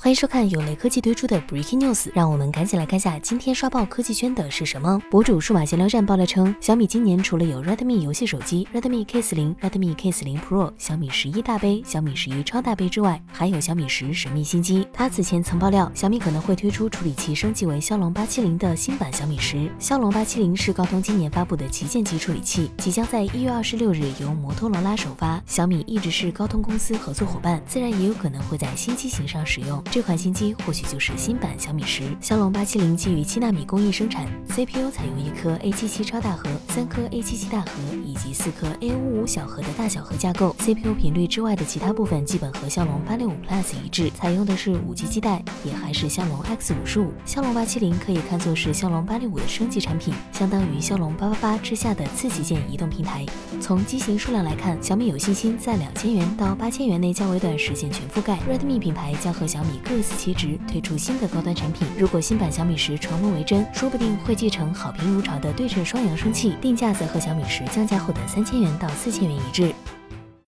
欢迎收看由雷科技推出的 Breaking News， 让我们赶紧来看下今天刷爆科技圈的是什么。博主数码闲聊站爆料称，小米今年除了有 Redmi 游戏手机 Redmi K40、Redmi K40 Pro、小米11大杯、小米11超大杯之外，还有小米10神秘新机。他此前曾爆料，小米可能会推出处理器升级为骁龙870的新版小米10。骁龙870是高通今年发布的旗舰级处理器，即将在1月26日由摩托罗拉首发。小米一直是高通公司合作伙伴，自然也有可能会在新机型上使用。这款新机或许就是新版小米10。骁龙870基于7纳米工艺生产 ，CPU 采用1颗 A77 超大核、3颗 A77 大核以及4颗 A55 小核的大小核架构。CPU 频率之外的其他部分基本和骁龙865 Plus 一致，采用的是5G 基带，也还是骁龙 X55。骁龙870可以看作是骁龙865的升级产品，相当于骁龙888之下的次旗舰移动平台。从机型数量来看，小米有信心在2000元到8000元内较微段实现全覆盖。Redmi 品牌将和小米各司其职，推出新的高端产品。如果新版小米10传闻为真，说不定会继承好评如潮的对称双扬声器，定价则和小米10降价后的3000元到4000元一致。